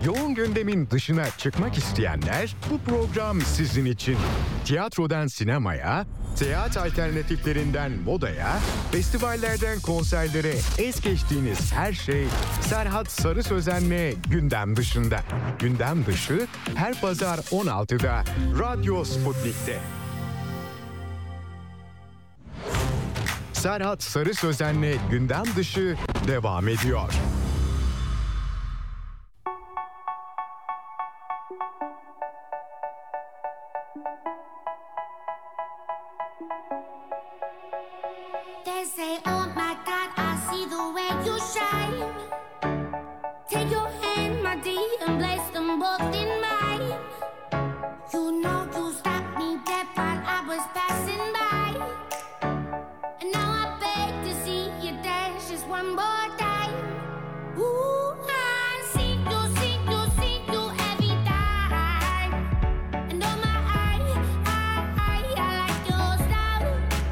Yoğun gündemin dışına çıkmak isteyenler bu program sizin için. Tiyatrodan sinemaya, seyahat alternatiflerinden modaya, festivallerden konserlere es geçtiğiniz her şey Serhat Sarı Sözen'le gündem dışında. Gündem dışı her pazar 16'da Radyo Sputnik'te. Serhat Sarı Sözen'le gündem dışı devam ediyor. They say, oh my God, I see the way you shine. Take your hand, my dear, and place them both in mine. You know you stopped me dead while I was passing by. And now I beg to see you dance just one more time. Ooh, I see you every time. And oh my, I like your style.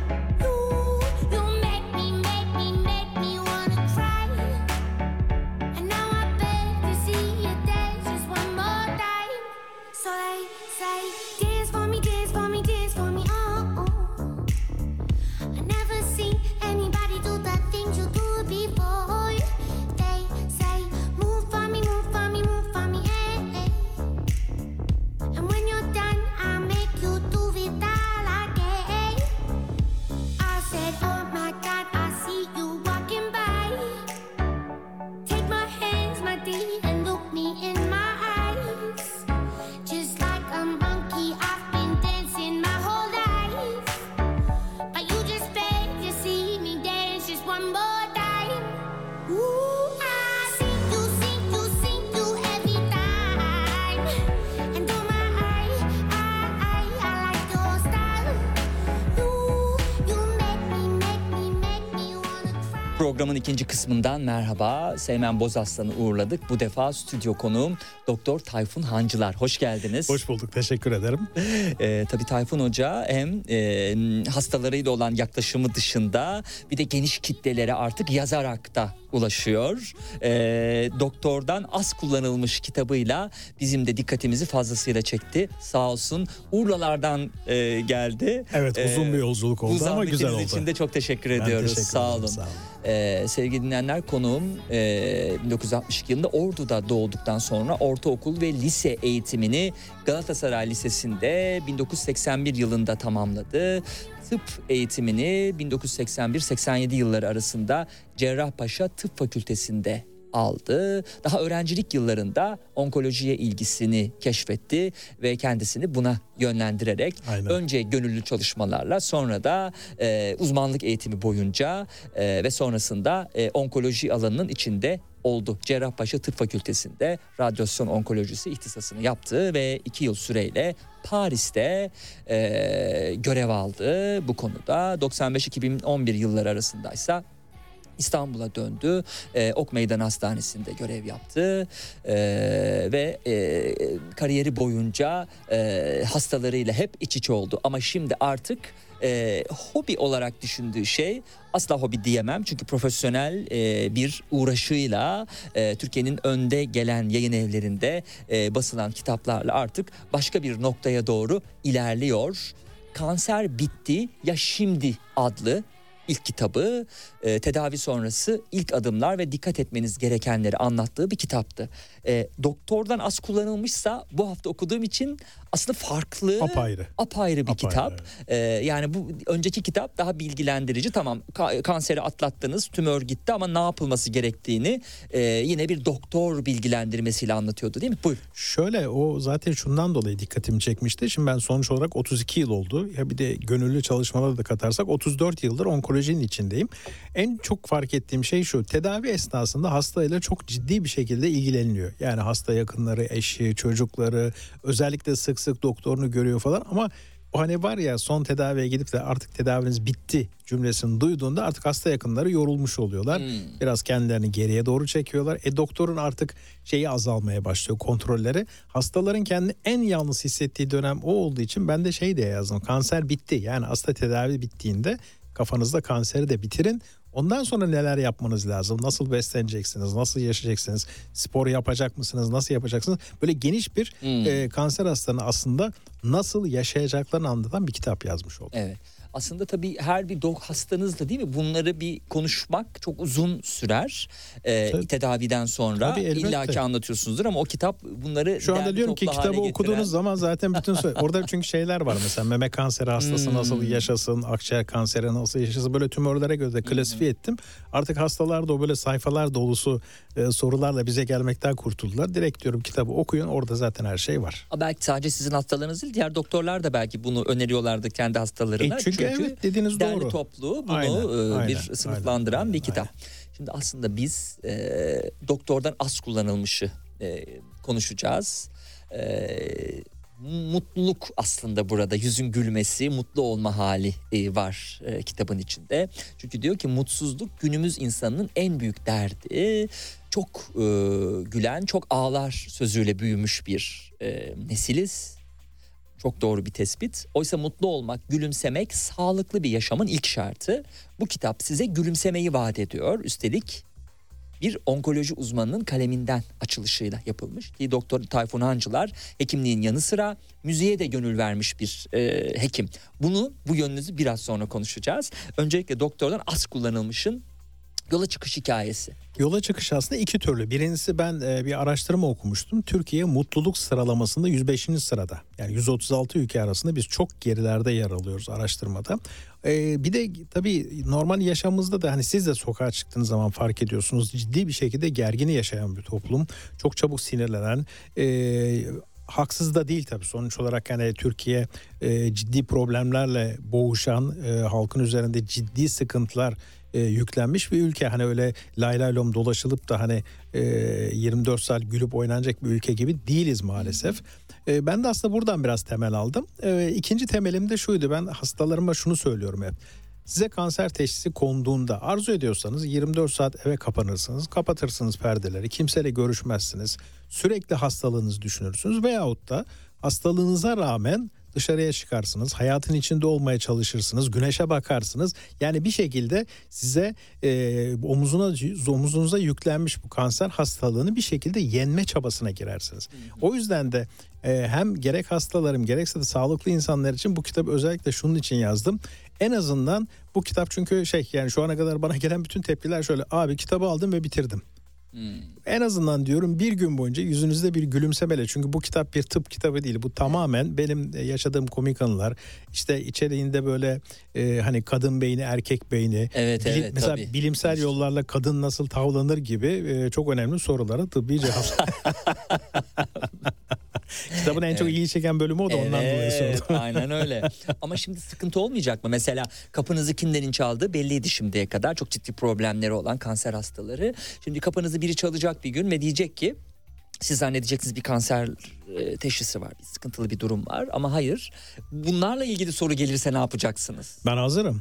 You make me wanna cry. And now I beg to see you dance just one more time. So they say, dance for me, dance for me, dance for me, oh, oh. I never seen anybody do the things you do before. They say, move for me, move for me, move for me, hey, hey. And when you're done, I'll make you do it all again. I said, oh my God, I see you walking by. Take my hands, my dear, and look me in my eyes. Just like a monkey, I've been dancing my whole life. But you just beg to see me dance just one more time. Ooh, I see you every time. And oh my, I like your style. You make me wanna cry. Programın ikinci kısmından merhaba. Seymen Bozaslan'ı uğurladık. Bu defa stüdyo konuğum Doktor Tayfun Hancılar. Hoş geldiniz. Hoş bulduk, teşekkür ederim. Tabii Tayfun Hoca hem hastalarıyla olan yaklaşımı dışında bir de geniş kitlelere artık yazarak da ulaşıyor. Doktordan az kullanılmış kitabıyla bizim de dikkatimizi fazlasıyla çekti. Sağ olsun Urlalardan geldi. Evet, uzun bir yolculuk oldu ama güzel oldu. için de çok teşekkür Ben ediyoruz. teşekkür Sağ ederim, olun. sağ olun. Sevgili dinleyenler, konuğum 1962 yılında Ordu'da doğduktan sonra ortaokul ve lise eğitimini Galatasaray Lisesi'nde 1981 yılında tamamladı. Tıp eğitimini 1981-87 yılları arasında Cerrahpaşa Tıp Fakültesi'nde aldı. Daha öğrencilik yıllarında onkolojiye ilgisini keşfetti ve kendisini buna yönlendirerek önce gönüllü çalışmalarla sonra da uzmanlık eğitimi boyunca ve sonrasında onkoloji alanının içinde oldu. Cerrahpaşa Tıp Fakültesi'nde radyasyon onkolojisi ihtisasını yaptı ve 2 yıl süreyle Paris'te görev aldı bu konuda. 95-2011 yılları arasındaysa İstanbul'a döndü. Ok Meydan Hastanesi'nde görev yaptı ve kariyeri boyunca hastalarıyla hep iç içe oldu. Ama şimdi artık hobi olarak düşündüğü şey, asla hobi diyemem çünkü profesyonel bir uğraşıyla Türkiye'nin önde gelen yayın evlerinde basılan kitaplarla artık başka bir noktaya doğru ilerliyor. Kanser Bitti Ya Şimdi adlı İlk kitabı, tedavi sonrası ilk adımlar ve dikkat etmeniz gerekenleri anlattığı bir kitaptı. Doktordan az kullanılmışsa bu hafta okuduğum için aslında farklı, apayrı bir kitap. Evet. Yani bu önceki kitap daha bilgilendirici. Tamam, kanseri atlattınız, tümör gitti ama ne yapılması gerektiğini yine bir doktor bilgilendirmesiyle anlatıyordu, değil mi? Buyur. Şöyle, o zaten şundan dolayı dikkatimi çekmişti. Şimdi ben sonuç olarak 32 yıl oldu. Ya bir de gönüllü çalışmaları da katarsak 34 yıldır onkolojinin içindeyim. En çok fark ettiğim şey şu: tedavi esnasında hastayla çok ciddi bir şekilde ilgileniliyor. Yani hasta yakınları, eşi, çocukları, özellikle sık sık doktorunu görüyor falan ama o hani var ya, son tedaviye gidip de artık tedaviniz bitti cümlesini duyduğunda artık hasta yakınları yorulmuş oluyorlar. Biraz kendilerini geriye doğru çekiyorlar. Doktorun artık şeyi azalmaya başlıyor, kontrolleri. Hastaların kendini en yalnız hissettiği dönem o olduğu için ben de şey diye yazdım: kanser bitti. Yani hasta tedavi bittiğinde kafanızda kanseri de bitirin. Ondan sonra neler yapmanız lazım? Nasıl besleneceksiniz? Nasıl yaşayacaksınız? Spor yapacak mısınız? Nasıl yapacaksınız? Böyle geniş bir kanser hastalarının aslında nasıl yaşayacaklarını anlatan bir kitap yazmış oldum. Evet. Aslında tabii her bir hastanız da değil mi? Bunları bir konuşmak çok uzun sürer. Tedaviden sonra illaki anlatıyorsunuzdur ama o kitap bunları... Şu anda diyorum ki kitabı okuduğunuz zaman zaten bütün... Orada çünkü şeyler var mesela meme kanseri hastası nasıl yaşasın, akciğer kanseri nasıl yaşasın, böyle tümörlere göre de klasifiye ettim. Artık hastalar da o böyle sayfalar dolusu sorularla bize gelmekten kurtuldular. Direkt diyorum kitabı okuyun, orada zaten her şey var. Belki sadece sizin hastalarınız değil, diğer doktorlar da belki bunu öneriyorlardı kendi hastalarına. Çünkü evet, dediğiniz derli doğru. toplu bunu bir sınıflandıran bir kitap. Aynen. Şimdi aslında biz doktordan az kullanılmışı konuşacağız. Mutluluk aslında burada, yüzün gülmesi, mutlu olma hali var kitabın içinde. Çünkü diyor ki mutsuzluk günümüz insanının en büyük derdi. Çok gülen, çok ağlar sözüyle büyümüş bir nesiliz. Çok doğru bir tespit. Oysa mutlu olmak, gülümsemek sağlıklı bir yaşamın ilk şartı. Bu kitap size gülümsemeyi vaat ediyor. Üstelik bir onkoloji uzmanının kaleminden açılışıyla yapılmış. Ki Doktor Tayfun Hancılar hekimliğin yanı sıra müziğe de gönül vermiş bir hekim. Bu yönünüzü biraz sonra konuşacağız. Öncelikle doktordan az kullanılmışın yola çıkış hikayesi. Yola çıkış aslında iki türlü. Birincisi, ben bir araştırma okumuştum. Türkiye mutluluk sıralamasında 105. sırada. Yani 136 ülke arasında biz çok gerilerde yer alıyoruz araştırmada. Bir de tabii normal yaşamımızda da hani siz de sokağa çıktığınız zaman fark ediyorsunuz. Ciddi bir şekilde gergini yaşayan bir toplum. Çok çabuk sinirlenen, haksız da değil tabii, sonuç olarak hani Türkiye ciddi problemlerle boğuşan, halkın üzerinde ciddi sıkıntılar yüklenmiş bir ülke. Hani öyle lay lay lom dolaşılıp da hani 24 saat gülüp oynanacak bir ülke gibi değiliz maalesef. Ben de aslında buradan biraz temel aldım. İkinci temelim de şuydu: ben hastalarıma şunu söylüyorum hep. Size kanser teşhisi konduğunda arzu ediyorsanız 24 saat eve kapanırsınız, kapatırsınız perdeleri, kimseyle görüşmezsiniz, sürekli hastalığınızı düşünürsünüz veyahut da hastalığınıza rağmen dışarıya çıkarsınız, hayatın içinde olmaya çalışırsınız, güneşe bakarsınız. Yani bir şekilde size omuzunuza yüklenmiş bu kanser hastalığını bir şekilde yenme çabasına girersiniz. O yüzden de hem gerek hastalarım gerekse de sağlıklı insanlar için bu kitabı özellikle şunun için yazdım. En azından bu kitap, çünkü yani şu ana kadar bana gelen bütün tepkiler şöyle: abi kitabı aldım ve bitirdim. En azından diyorum bir gün boyunca yüzünüzde bir gülümsemeyle, çünkü bu kitap bir tıp kitabı değil, bu tamamen benim yaşadığım komik anılar. İşte içeriğinde böyle hani kadın beyni, erkek beyni, mesela tabii, bilimsel yollarla kadın nasıl tavlanır gibi çok önemli sorulara tıbbi cevap. Kitabın en çok ilgi çeken bölümü o da, ondan dolayı sordum. Aynen öyle. Ama şimdi sıkıntı olmayacak mı? Mesela kapınızı kimlerin çaldığı belliydi şimdiye kadar. Çok ciddi problemleri olan kanser hastaları. Şimdi kapınızı biri çalacak bir gün ve diyecek ki, siz zannedeceksiniz bir kanser teşhisi var, bir sıkıntılı bir durum var, ama hayır. Bunlarla ilgili soru gelirse ne yapacaksınız? Ben hazırım.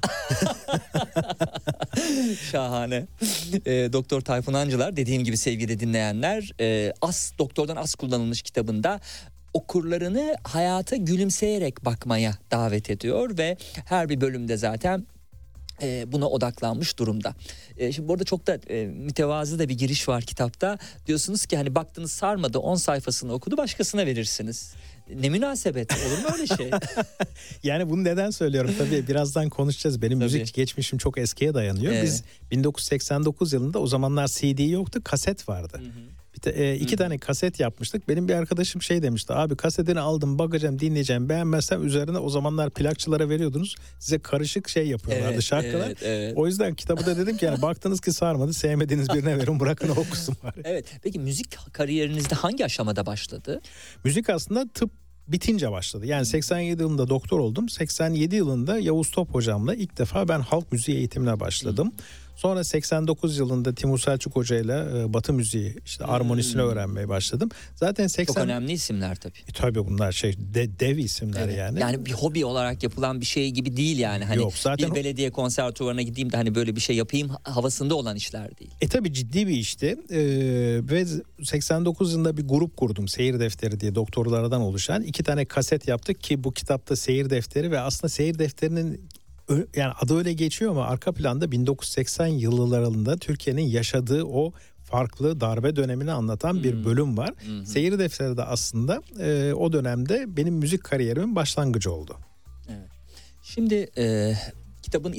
Şahane. Doktor Tayfun Hancılar, dediğim gibi sevgili dinleyenler, doktordan az kullanılmış kitabında okurlarını hayata gülümseyerek bakmaya davet ediyor ve her bir bölümde zaten buna odaklanmış durumda. Şimdi burada çok da mütevazı da bir giriş var kitapta. Diyorsunuz ki hani baktınız sarmadı, 10 sayfasını okudu, başkasına verirsiniz. Ne münasebet, olur mu öyle şey? Yani bunu neden söylüyorum? Tabii birazdan konuşacağız. Benim müzik geçmişim çok eskiye dayanıyor. Evet. Biz 1989 yılında, o zamanlar CD yoktu, kaset vardı. İki tane kaset yapmıştık. Benim bir arkadaşım şey demişti: abi kasetini aldım, bakacağım, dinleyeceğim, beğenmezsem üzerine, o zamanlar plakçılara veriyordunuz, size karışık şey yapıyorlardı, şarkılar. Evet. O yüzden kitabı da dedim ki yani baktınız ki sarmadı, sevmediğiniz birine verin, bırakın o okusun bari. Evet. Peki müzik kariyerinizde hangi aşamada başladı? Müzik aslında tıp bitince başladı. Yani 87 yılında doktor oldum. 87 yılında Yavuz Top hocamla ilk defa ben halk müziği eğitimine başladım. Sonra 89 yılında Timur Selçuk Hoca ile Batı müziği, işte armonisini öğrenmeye başladım. Zaten çok önemli isimler tabii. Tabii bunlar dev isimler yani. Yani bir hobi olarak yapılan bir şey gibi değil yani. Hani yok, zaten bir belediye konservatuvarına gideyim de hani böyle bir şey yapayım havasında olan işler değil. Tabii ciddi bir işti. Ve 89 yılında bir grup kurdum, Seyir Defteri diye, doktorlardan oluşan. 2 tane kaset yaptık ki bu kitapta seyir defteri ve aslında seyir defterinin yani adı öyle geçiyor ama arka planda 1980 yıllarında Türkiye'nin yaşadığı o farklı darbe dönemini anlatan bir bölüm var. Seyir Defteri de aslında o dönemde benim müzik kariyerimin başlangıcı oldu. Evet. Şimdi kitabın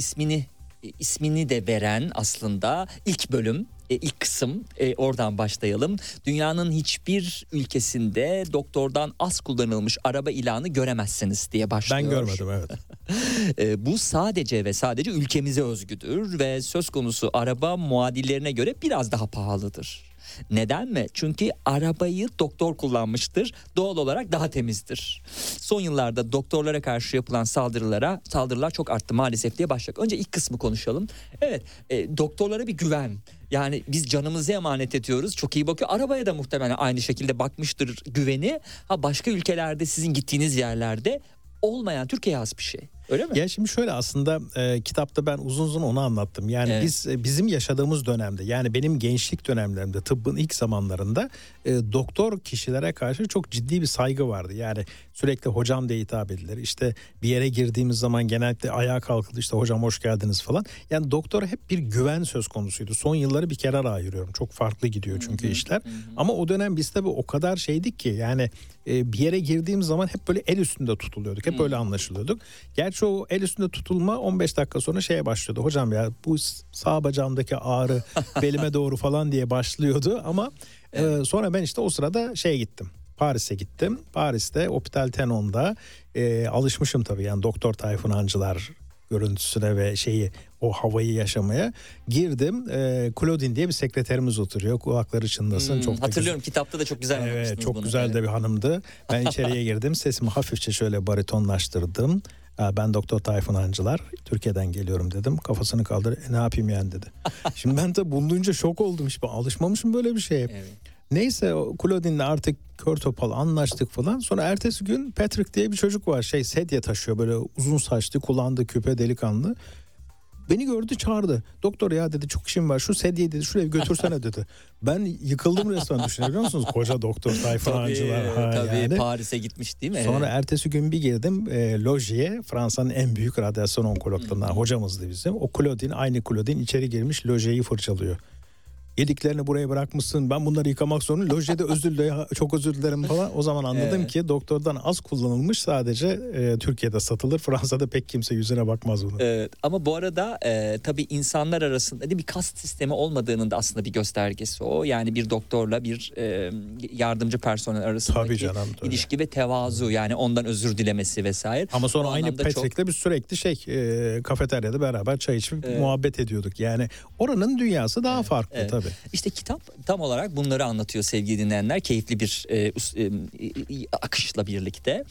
ismini de veren aslında ilk bölüm, ilk kısım, oradan başlayalım. Dünyanın hiçbir ülkesinde doktordan az kullanılmış araba ilanı göremezsiniz diye başlıyor. Ben görmedim, evet. Bu sadece ve sadece ülkemize özgüdür ve söz konusu araba muadillerine göre biraz daha pahalıdır. Neden mi? Çünkü arabayı doktor kullanmıştır. Doğal olarak daha temizdir. Son yıllarda doktorlara karşı yapılan saldırılar çok arttı maalesef diye başladık. Önce ilk kısmı konuşalım. Evet, doktorlara bir güven. Yani biz canımızı emanet ediyoruz. Çok iyi bakıyor. Arabaya da muhtemelen aynı şekilde bakmıştır güveni. Başka ülkelerde, sizin gittiğiniz yerlerde olmayan, Türkiye'ye has bir şey. Öyle mi? Ya şimdi şöyle, aslında kitapta ben uzun onu anlattım. Yani Evet. bizim yaşadığımız dönemde, yani benim gençlik dönemlerimde, tıbbın ilk zamanlarında doktor kişilere karşı çok ciddi bir saygı vardı. Yani sürekli hocam diye hitap edilir. İşte bir yere girdiğimiz zaman genellikle ayağa kalkılır, işte hocam hoş geldiniz falan. Yani doktora hep bir güven söz konusuydu. Son yılları bir kenara ayırıyorum. Çok farklı gidiyor çünkü işler. Ama o dönem biz tabii o kadar şeydik ki, yani bir yere girdiğimiz zaman hep böyle el üstünde tutuluyorduk. Hep öyle anlaşılıyorduk. Gerçi o el üstünde tutulma 15 dakika sonra şeye başlıyordu. Hocam ya bu sağ bacağımdaki ağrı belime doğru falan diye başlıyordu. Ama sonra ben işte o sırada şeye gittim. Paris'e gittim. Paris'te Hôpital Tenon'da alışmışım tabii, yani Doktor Tayfun Hancılar görüntüsüne ve o havayı yaşamaya girdim. Claudine diye bir sekreterimiz oturuyor. Kulakları çınlasın. Çok hatırlıyorum, kitapta da çok güzel anlatmıştınız Evet, çok bunu. güzel de bir hanımdı. Ben içeriye girdim. Sesimi hafifçe şöyle baritonlaştırdım. Ben Doktor Tayfun Hancılar, Türkiye'den geliyorum dedim. Kafasını kaldırdı. Ne yapayım yani dedi. Şimdi ben de bunu duyunca şok oldum. Hiç alışmamışım böyle bir şeye. Evet. Neyse, Claudine'le artık kör topal anlaştık falan. Sonra ertesi gün Patrick diye bir çocuk var. sedye taşıyor, böyle uzun saçlı, kulağında küpe, delikanlı. Beni gördü, çağırdı. Doktor ya dedi, çok işim var. Şu sedyeyi dedi şuraya götürsene dedi. Ben yıkıldım resmen, düşünebiliyor musunuz? Koca Doktor Tayfun Hancılar. Tabii Yani. Paris'e gitmiş değil mi? Sonra ertesi gün bir girdim lojiye. Fransa'nın en büyük radyasyon onkologlarından hocamızdı bizim. O aynı Claudine içeri girmiş, lojiyi fırçalıyor. Yediklerini buraya bırakmışsın, ben bunları yıkamak zorundayım. Lojide özür dilerim, çok özür dilerim falan. O zaman anladım ki doktordan az kullanılmış sadece Türkiye'de satılır. Fransa'da pek kimse yüzüne bakmaz bunu. Evet, ama bu arada tabii insanlar arasında bir kast sistemi olmadığının da aslında bir göstergesi o. Yani bir doktorla bir yardımcı personel arasındaki ilişki ve tevazu, yani ondan özür dilemesi vesaire. Ama sonra o aynı Patrick'le biz sürekli kafeteryada beraber çay içip muhabbet ediyorduk. Yani oranın dünyası daha farklı tabii. İşte kitap tam olarak bunları anlatıyor sevgili dinleyenler. Keyifli bir akışla birlikte.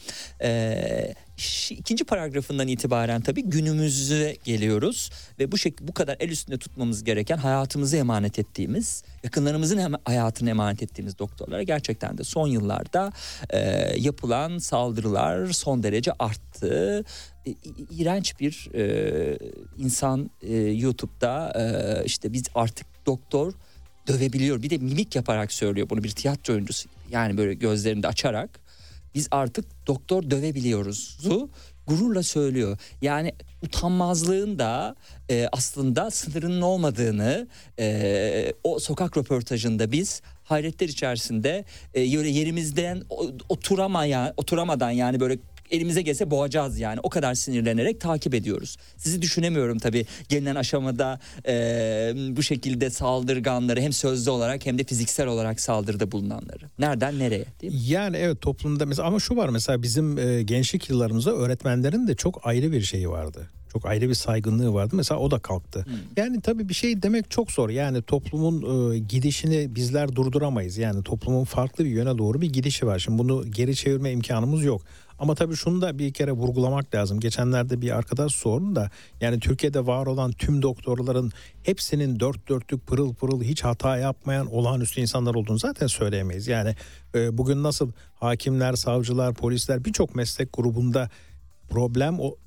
İkinci paragrafından itibaren tabii günümüze geliyoruz ve bu kadar el üstünde tutmamız gereken, hayatımızı emanet ettiğimiz, yakınlarımızın hayatını emanet ettiğimiz doktorlara gerçekten de son yıllarda yapılan saldırılar son derece arttı. İğrenç bir insan YouTube'da işte biz artık doktor dövebiliyor. Bir de mimik yaparak söylüyor bunu, bir tiyatro oyuncusu. Yani böyle gözlerini de açarak biz artık doktor dövebiliyoruzu gururla söylüyor. Yani utanmazlığın da aslında sınırının olmadığını o sokak röportajında biz hayretler içerisinde yerimizden oturamadan, yani böyle elimize gelse boğacağız, yani o kadar sinirlenerek takip ediyoruz. Sizi düşünemiyorum tabii gelinen aşamada bu şekilde saldırganları, hem sözlü olarak hem de fiziksel olarak saldırıda bulunanları. Nereden nereye, değil mi? Yani evet, toplumda mesela, ama şu var mesela, bizim gençlik yıllarımızda öğretmenlerin de çok ayrı bir şeyi vardı. Çok ayrı bir saygınlığı vardı. Mesela o da kalktı. Yani tabii bir şey demek çok zor. Yani toplumun gidişini bizler durduramayız. Yani toplumun farklı bir yöne doğru bir gidişi var. Şimdi bunu geri çevirme imkanımız yok. Ama tabii şunu da bir kere vurgulamak lazım. Geçenlerde bir arkadaş sordu da, yani Türkiye'de var olan tüm doktorların hepsinin dört dörtlük, pırıl pırıl, hiç hata yapmayan olağanüstü insanlar olduğunu zaten söyleyemeyiz. Yani bugün nasıl hakimler, savcılar, polisler, birçok meslek grubunda problem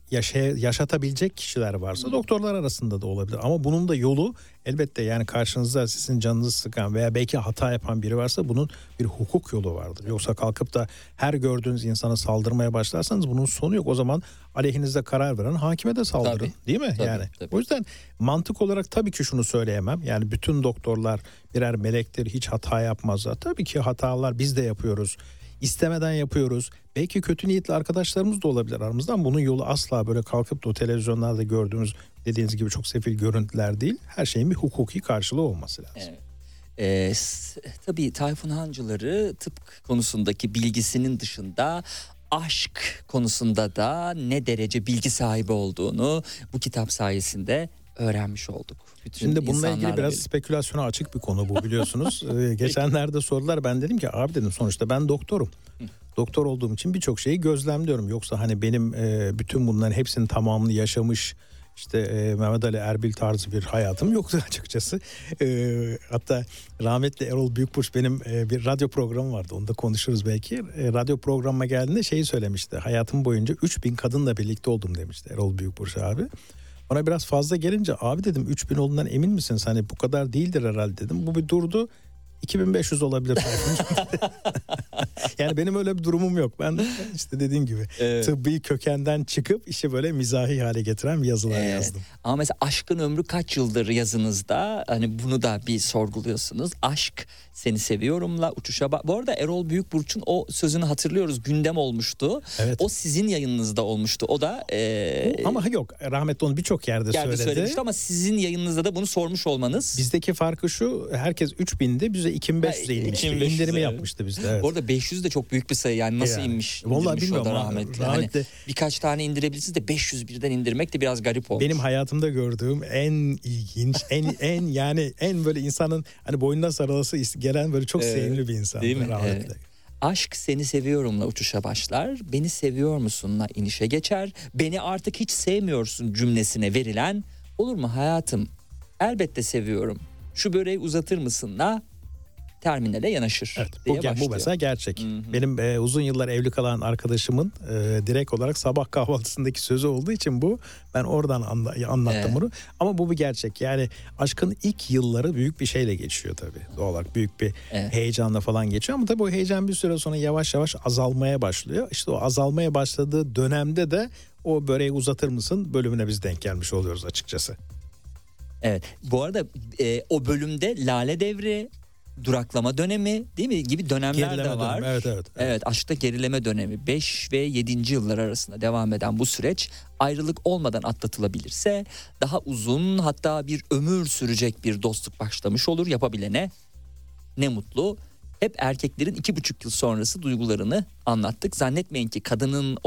yaşatabilecek kişiler varsa doktorlar arasında da olabilir. Ama bunun da yolu elbette, yani karşınızda sizin canınızı sıkan veya belki hata yapan biri varsa bunun bir hukuk yolu vardır. Yoksa kalkıp da her gördüğünüz insana saldırmaya başlarsanız bunun sonu yok. O zaman aleyhinizde karar veren hakime de saldırın, Tabii, değil mi? tabii, Yani tabii. o yüzden mantık olarak tabii ki şunu söyleyemem. Yani bütün doktorlar birer melektir, hiç hata yapmazlar. Tabii ki hatalar biz de yapıyoruz. İstemeden yapıyoruz. Belki kötü niyetli arkadaşlarımız da olabilir aramızda ama bunun yolu asla böyle kalkıp da o televizyonlarda gördüğümüz dediğiniz gibi çok sefil görüntüler değil. Her şeyin bir hukuki karşılığı olması lazım. Tabii Tayfun Hancıları tıp konusundaki bilgisinin dışında aşk konusunda da ne derece bilgi sahibi olduğunu bu kitap sayesinde öğrenmiş olduk. Bütün Şimdi bununla ilgili insanlarla biraz birlikte. spekülasyona açık bir konu bu, biliyorsunuz. Geçenlerde sordular, ben dedim ki abi dedim sonuçta ben doktorum. Doktor olduğum için birçok şeyi gözlemliyorum. Yoksa hani benim bütün bunların hepsinin tamamını yaşamış işte Mehmet Ali Erbil tarzı bir hayatım yoktu açıkçası. Hatta rahmetli Erol Büyükburç benim bir radyo programı vardı. Onu da konuşuruz belki. Radyo programıma geldiğinde şeyi söylemişti. Hayatım boyunca 3000 kadınla birlikte oldum demişti Erol Büyükburç abi. Bana biraz fazla gelince abi dedim 3000 olduğundan emin misiniz? Hani bu kadar değildir herhalde dedim. Bu bir durdu. 2500 olabilir. Yani benim öyle bir durumum yok. Ben işte dediğim gibi tıbbi kökenden çıkıp işi böyle mizahi hale getiren bir yazılar yazdım. Ama mesela aşkın ömrü kaç yıldır yazınızda, hani bunu da bir sorguluyorsunuz. Aşk seni seviyorumla uçuşa Bu arada Erol Büyükburç'un o sözünü hatırlıyoruz, gündem olmuştu. Evet. O sizin yayınınızda olmuştu. O da ama yok, rahmetli onu birçok yerde söyledi. söylemişti ama sizin yayınınızda da bunu sormuş olmanız. Bizdeki farkı şu, herkes 3000'di, bize 2500'e inmişti. 2500'e, İndirimi evet. yapmıştı bizde. Evet. Bu arada 500 de çok büyük bir sayı, yani nasıl Yani. inmiş? Vallahi indirmiş o bilmiyorum da ama rahmetli. rahmetli- Hani birkaç tane indirebilirsiniz de 500 birden indirmek de biraz garip olmuş. Benim hayatımda gördüğüm en ilginç, en yani en böyle insanın hani boynuna sarılası gelen böyle çok sevimli bir insan. Değil mi? Rahmetli. Evet. Aşk seni seviyorumla uçuşa başlar, beni seviyor musunla inişe geçer, beni artık hiç sevmiyorsun cümlesine verilen olur mu hayatım? Elbette seviyorum. Şu böreği uzatır mısınla terminale yanaşır Evet, diye bu başlıyor. mesela gerçek. Hı hı. Benim uzun yıllar evli kalan arkadaşımın direkt olarak sabah kahvaltısındaki sözü olduğu için bu. Ben oradan anlattım Evet. bunu. Ama bu bir gerçek. Yani aşkın ilk yılları büyük bir şeyle geçiyor tabii. Doğal olarak büyük bir heyecanla falan geçiyor. Ama tabii o heyecan bir süre sonra yavaş yavaş azalmaya başlıyor. İşte o azalmaya başladığı dönemde de o böreği uzatır mısın bölümüne biz denk gelmiş oluyoruz açıkçası. Evet. Bu arada o bölümde Lale Devri, duraklama dönemi değil mi gibi dönemler Gerileme de var. dönemi, evet. Aşkta gerileme dönemi 5 ve 7. yıllar arasında devam eden bu süreç ayrılık olmadan atlatılabilirse daha uzun, hatta bir ömür sürecek bir dostluk başlamış olur yapabilene. Ne mutlu. Hep erkeklerin 2,5 yıl sonrası duygularını anlattık. Zannetmeyin ki kadın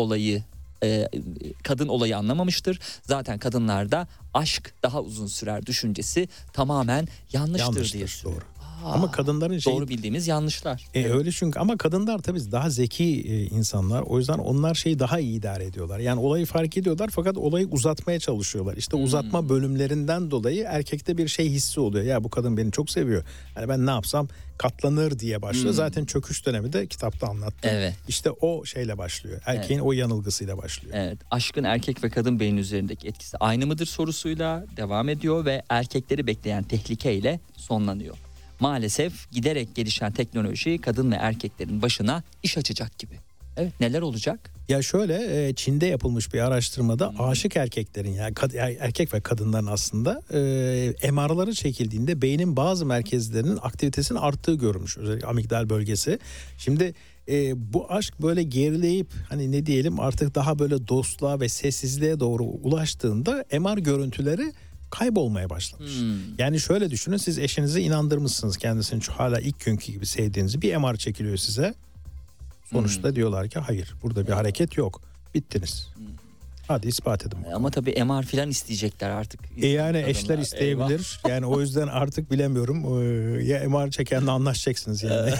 olayı anlamamıştır. Zaten kadınlarda aşk daha uzun sürer düşüncesi tamamen yanlıştır diye. Doğru. Ama kadınların doğru bildiğimiz yanlışlar. Öyle çünkü, ama kadınlar tabii daha zeki insanlar. O yüzden onlar şeyi daha iyi idare ediyorlar. Yani olayı fark ediyorlar fakat olayı uzatmaya çalışıyorlar. İşte uzatma bölümlerinden dolayı erkekte bir şey hissi oluyor. Ya bu kadın beni çok seviyor. Hani ben ne yapsam katlanır diye başlıyor. Zaten çöküş dönemi de kitapta anlattım. Evet. İşte o şeyle başlıyor. Erkeğin o yanılgısıyla başlıyor. Evet, aşkın erkek ve kadın beyni üzerindeki etkisi aynı mıdır sorusuyla devam ediyor ve erkekleri bekleyen tehlikeyle sonlanıyor. Maalesef giderek gelişen teknoloji kadın ve erkeklerin başına iş açacak gibi. Evet, neler olacak? Ya şöyle, Çin'de yapılmış bir araştırmada aşık erkeklerin, yani erkek ve kadınların aslında MR'ları çekildiğinde beynin bazı merkezlerinin aktivitesinin arttığı görülmüş. Özellikle amigdal bölgesi. Şimdi bu aşk böyle gerileyip hani ne diyelim artık daha böyle dostluğa ve sessizliğe doğru ulaştığında MR görüntüleri kaybolmaya başlamış. Yani şöyle düşünün, siz eşinizi inandırmışsınız kendisini hala ilk günkü gibi sevdiğinizi, bir MR çekiliyor size. Sonuçta diyorlar ki hayır, burada bir hareket yok. Bittiniz. Hadi ispat edin. Ama tabii MR falan isteyecekler artık. Yani Kadınlar. eşler isteyebilir. Yani o yüzden artık bilemiyorum. Ya MR çekenle anlaşacaksınız yani.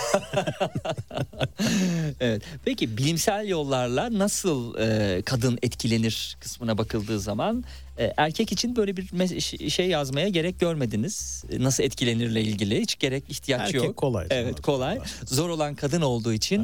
Evet. Peki bilimsel yollarla nasıl kadın etkilenir kısmına bakıldığı zaman erkek için böyle bir şey yazmaya gerek görmediniz. Nasıl etkilenirle ilgili hiç ihtiyaç yok. Erkek kolay. Evet, kolay. Zor olan kadın olduğu için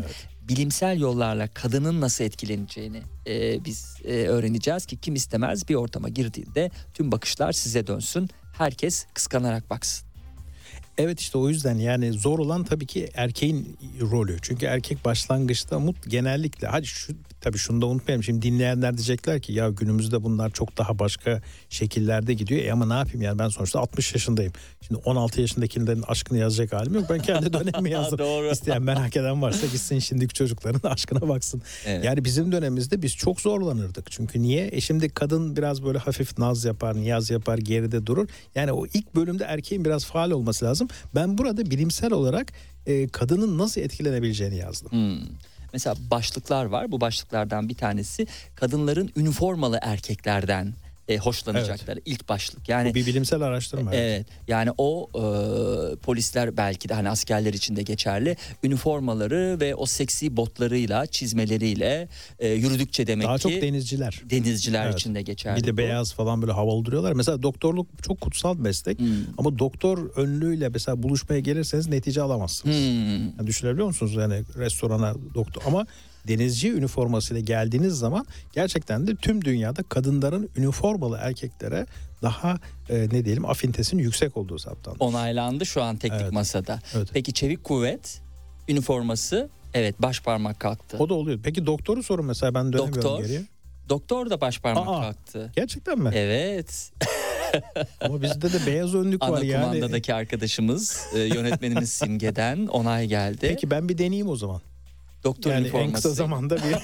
bilimsel yollarla kadının nasıl etkileneceğini biz öğreneceğiz ki kim istemez bir ortama girdiğinde tüm bakışlar size dönsün. Herkes kıskanarak baksın. Evet, işte o yüzden yani zor olan tabii ki erkeğin rolü. Çünkü erkek başlangıçta genellikle tabii şunu da unutmayalım. Şimdi dinleyenler diyecekler ki ya günümüzde bunlar çok daha başka şekillerde gidiyor. Ama ne yapayım yani, ben sonuçta 60 yaşındayım. Şimdi 16 yaşındakilerin aşkını yazacak halim yok. Ben kendi dönemimi yazdım. Doğru. İsteyen, merak eden varsa gitsin şimdiki çocukların aşkına baksın. Evet. Yani bizim dönemimizde biz çok zorlanırdık. Çünkü niye? Şimdi kadın biraz böyle hafif naz yapar, niyaz yapar, geride durur. Yani o ilk bölümde erkeğin biraz faal olması lazım. Ben burada bilimsel olarak kadının nasıl etkilenebileceğini yazdım. Mesela başlıklar var. Bu başlıklardan bir tanesi kadınların üniformalı erkeklerden hoşlanacakları ilk başlık. Yani Bu bir bilimsel araştırma. Evet. Yani o polisler, belki de hani askerler için de geçerli, üniformaları ve o seksi botlarıyla, çizmeleriyle yürüdükçe demek daha ki çok denizciler evet, için de geçerli. Bir de bu. beyaz falan böyle havalı duruyorlar. Mesela doktorluk çok kutsal bir meslek. Ama doktor önlüğüyle mesela buluşmaya gelirseniz netice alamazsınız. Yani düşünebiliyor musunuz? Yani restorana doktor, ama denizci üniformasıyla geldiğiniz zaman gerçekten de tüm dünyada kadınların üniformalı erkeklere daha ne diyelim afintesinin yüksek olduğu saptandı. Onaylandı şu an teknik masada. Evet. Peki çevik kuvvet üniforması, evet, baş parmak kalktı. O da oluyor. Peki doktoru sorun mesela, ben dönemiyorum geriye. Doktor da baş parmak kalktı. Gerçekten mi? Evet. Ama bizde de beyaz önlük var yani. Ana kumandadaki arkadaşımız, yönetmenimiz Simge'den onay geldi. Peki ben bir deneyeyim o zaman. Doktor yani üniforması. en kısa zamanda bir...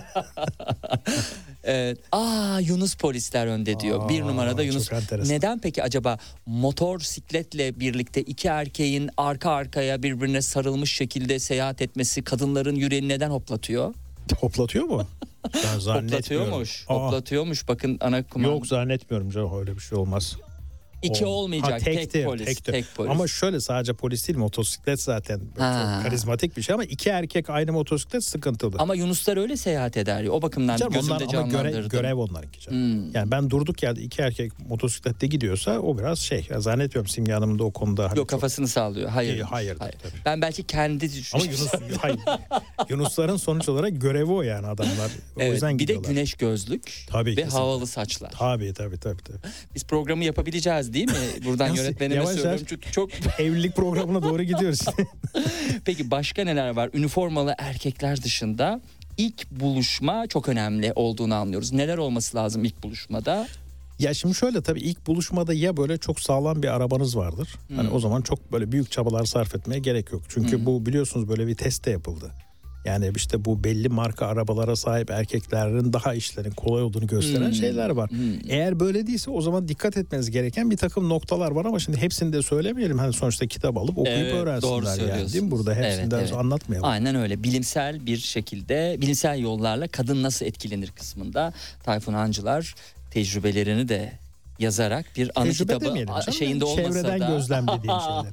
Evet. Yunus polisler önde diyor. Bir numarada Yunus. Neden peki acaba motosikletle birlikte iki erkeğin arka arkaya birbirine sarılmış şekilde seyahat etmesi kadınların yüreğini neden hoplatıyor? Hoplatıyor mu? Ben zannetmiyorum. Hoplatıyormuş. Bakın ana kumanda. Yok, zannetmiyorum canım, öyle bir şey olmaz. İki olmayacak, tek polis. Ama şöyle, sadece polis değil, motosiklet zaten çok karizmatik bir şey, ama iki erkek aynı motosiklet sıkıntılı. Ama Yunuslar öyle seyahat eder. O bakımdan canım, gözümde canlandırdım. Görev onlarınki canım. Yani ben durduk yerde iki erkek motosiklette gidiyorsa o biraz zannetmiyorum Simge Hanım'ın da o konuda. Yok, kafasını sallıyor. Hayır. Ben belki kendi ama Yunusların sonuç olarak görevi o yani, adamlar. Evet, o yüzden bir de gidiyorlar. güneş gözlük ve havalı saçlar. Tabii. Biz programı yapabileceğiz değil mi? Buradan yönetmenime söylüyorum çünkü çok... Evlilik programına doğru gidiyoruz. Peki başka neler var? Üniformalı erkekler dışında ilk buluşma çok önemli olduğunu anlıyoruz. Neler olması lazım ilk buluşmada? Ya şimdi şöyle, tabii ilk buluşmada ya böyle çok sağlam bir arabanız vardır. Hani o zaman çok böyle büyük çabalar sarf etmeye gerek yok. Çünkü bu biliyorsunuz böyle bir test de yapıldı. Yani işte bu belli marka arabalara sahip erkeklerin daha işlerin kolay olduğunu gösteren şeyler var. Eğer böyle değilse o zaman dikkat etmeniz gereken bir takım noktalar var, ama şimdi hepsini de söylemeyelim. Hani sonuçta kitap alıp okuyup öğrensinler yani, değil mi? Burada hepsinden anlatmayalım. Aynen öyle. Bilimsel bir şekilde, bilimsel yollarla kadın nasıl etkilenir kısmında Tayfun Hancılar tecrübelerini de yazarak bir anı kitabı şeyinde olmasa çevreden da. gözlemlediğim şeyler.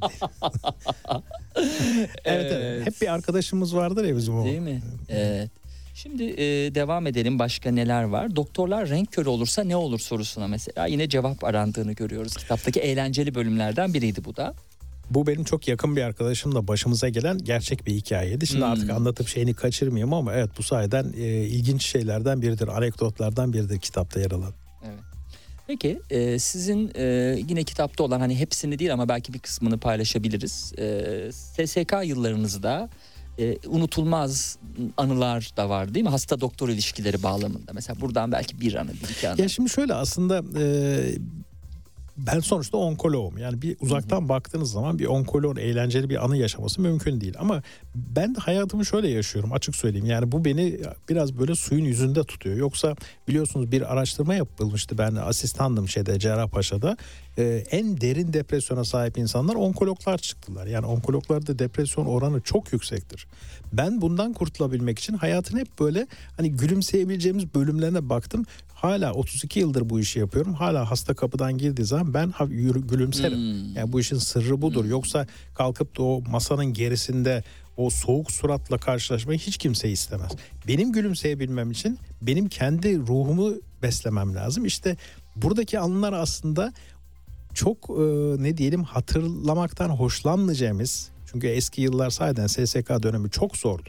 Evet. Hep bir arkadaşımız vardır ya bizim o. Değil mi? Evet. Şimdi devam edelim. Başka neler var? Doktorlar renk körü olursa ne olur sorusuna mesela yine cevap arandığını görüyoruz. Kitaptaki eğlenceli bölümlerden biriydi bu da. Bu benim çok yakın bir arkadaşımla başımıza gelen gerçek bir hikayeydi. Şimdi artık anlatıp şeyini kaçırmayayım, ama evet, bu sayeden ilginç şeylerden biridir, anekdotlardan biridir kitapta yer alan. Evet. Peki sizin yine kitapta olan, hani hepsini değil ama belki bir kısmını paylaşabiliriz. SSK yıllarınızda unutulmaz anılar da var değil mi? Hasta doktor ilişkileri bağlamında. Mesela buradan belki bir iki anı. Ya şimdi şöyle, aslında ben sonuçta onkoloğum. Yani bir uzaktan baktığınız zaman bir onkoloğun eğlenceli bir anı yaşaması mümkün değil. Ama ben de hayatımı şöyle yaşıyorum, açık söyleyeyim. Yani bu beni biraz böyle suyun yüzünde tutuyor. Yoksa biliyorsunuz bir araştırma yapılmıştı. Ben asistandım Cerrahpaşa'da. En derin depresyona sahip insanlar onkologlar çıktılar. Yani onkologlarda depresyon oranı çok yüksektir. Ben bundan kurtulabilmek için hayatın hep böyle hani gülümseyebileceğimiz bölümlerine baktım. Hala 32 yıldır bu işi yapıyorum. Hala hasta kapıdan girdiği zaman ben gülümserim. Yani bu işin sırrı budur. Yoksa kalkıp da o masanın gerisinde o soğuk suratla karşılaşmayı hiç kimse istemez. Benim gülümseyebilmem için benim kendi ruhumu beslemem lazım. İşte buradaki anılar aslında çok ne diyelim, hatırlamaktan hoşlanmayacağımız. Çünkü eski yıllar sahiden SSK dönemi çok zordu.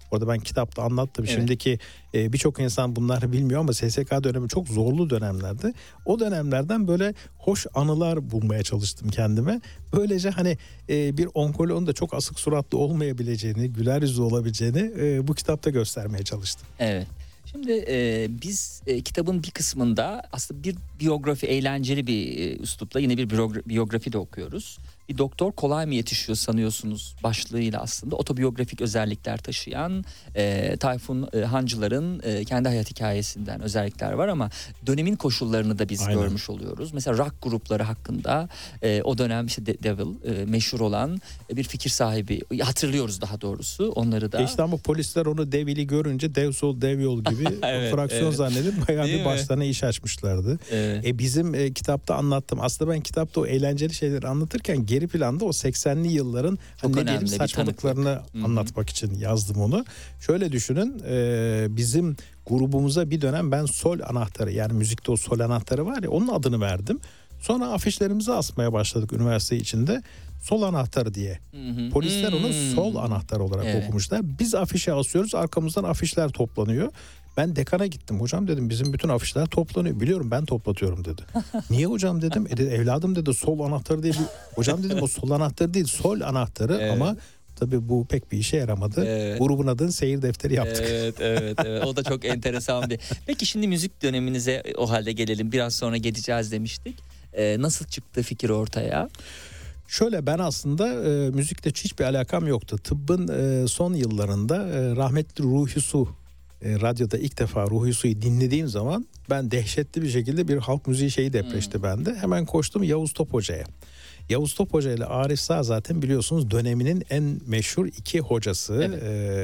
Orada ben kitapta anlattım. Evet. Şimdiki birçok insan bunları bilmiyor ama SSK dönemi çok zorlu dönemlerdi. O dönemlerden böyle hoş anılar bulmaya çalıştım kendime. Böylece hani bir onkoloğun da çok asık suratlı olmayabileceğini, güler yüzlü olabileceğini bu kitapta göstermeye çalıştım. Evet. Şimdi biz kitabın bir kısmında aslında bir biyografi, eğlenceli bir üslupla yine bir biyografi de okuyoruz. Bir doktor kolay mı yetişiyor sanıyorsunuz başlığıyla aslında otobiyografik özellikler taşıyan Tayfun Hancılar'ın kendi hayat hikayesinden özellikler var ama dönemin koşullarını da biz Aynen. görmüş oluyoruz. Mesela rock grupları hakkında o dönem işte Devil meşhur olan bir fikir sahibi hatırlıyoruz daha doğrusu onları da. İşte ama polisler onu Devil'i görünce dev sol dev yol gibi Evet, fraksiyon evet. zannedip bayağı Değil bir mi? başlarına iş açmışlardı. Evet. Bizim kitapta anlattım. Aslında ben kitapta o eğlenceli şeyleri anlatırken geri planda o 80'li yılların Çok ne önemli diyelim bir saçmalıklarını tanıklık. anlatmak için yazdım onu. Şöyle düşünün, bizim grubumuza bir dönem ben sol anahtarı, yani müzikte o sol anahtarı var ya, onun adını verdim. Sonra afişlerimizi asmaya başladık üniversite içinde. Sol anahtarı diye. Polisler onu sol anahtar olarak Evet. okumuşlar. Biz afişe asıyoruz, arkamızdan afişler toplanıyor. Ben dekana gittim. Hocam dedim, bizim bütün afişler toplanıyor. Biliyorum, ben toplatıyorum dedi. Niye hocam dedim. Dedi, evladım dedi, sol anahtarı diye bir... Hocam dedim, o sol anahtarı değil, sol anahtarı. Evet. Ama tabii bu pek bir işe yaramadı. Evet. Grubun adını seyir defteri yaptık. Evet. O da çok enteresan bir. Peki şimdi müzik döneminize o halde gelelim. Biraz sonra geleceğiz demiştik. Nasıl çıktı fikir ortaya? Şöyle, ben aslında müzikle hiçbir alakam yoktu. Tıbbın son yıllarında rahmetli Ruhi Su, radyoda ilk defa Ruhi Su'yu dinlediğim zaman ben dehşetli bir şekilde bir halk müziği şeyi depreşti bende. Hemen koştum Yavuz Top Hoca'ya. Yavuz Top Hoca ile Arif Sağ zaten biliyorsunuz döneminin en meşhur iki hocası. Evet.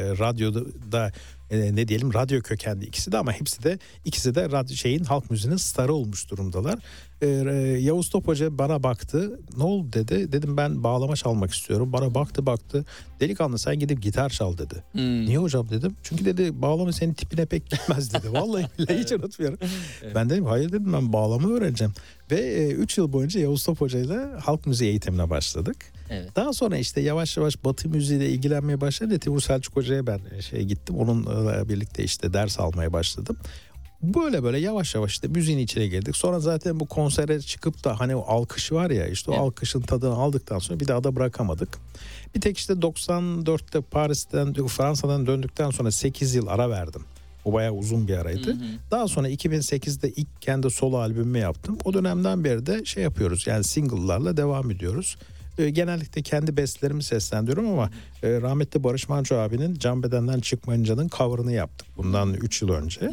Radyoda ne diyelim, radyo kökenli ikisi de, ama ikisi de radyo halk müziğinin starı olmuş durumdalar. Yavuz Top Hoca bana baktı. Ne oldu dedi. Dedim, ben bağlama çalmak istiyorum. Bana baktı. Delikanlı, sen gidip gitar çal dedi. Niye hocam dedim. Çünkü dedi, bağlama senin tipine pek gelmez dedi. Vallahi billahi hiç unutmuyorum. Evet. Ben dedim, hayır dedim, ben bağlama öğreneceğim. Ve 3 yıl boyunca Yavuz Top Hoca ile halk müziği eğitimine başladık. Evet. Daha sonra işte yavaş yavaş Batı müziğiyle ilgilenmeye başladı. Timur Selçuk Hoca'ya ben gittim. Onunla birlikte işte ders almaya başladım. Böyle yavaş yavaş işte müziğin içine girdik. Sonra zaten bu konsere çıkıp da hani o alkış var ya, işte o Evet. alkışın tadını aldıktan sonra bir daha da bırakamadık. Bir tek işte 94'te Fransa'dan döndükten sonra 8 yıl ara verdim. O bayağı uzun bir araydı. Daha sonra 2008'de ilk kendi solo albümümü yaptım. O dönemden beri de yapıyoruz, yani single'larla devam ediyoruz. Genellikle kendi bestelerimi seslendiriyorum ama rahmetli Barış Manço abinin Can Beden'den Çıkmayınca'nın cover'ını yaptık bundan 3 yıl önce.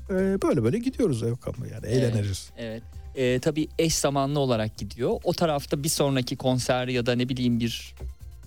Böyle gidiyoruz, yani eğleniriz. Evet. Tabii eş zamanlı olarak gidiyor. O tarafta bir sonraki konser ya da ne bileyim bir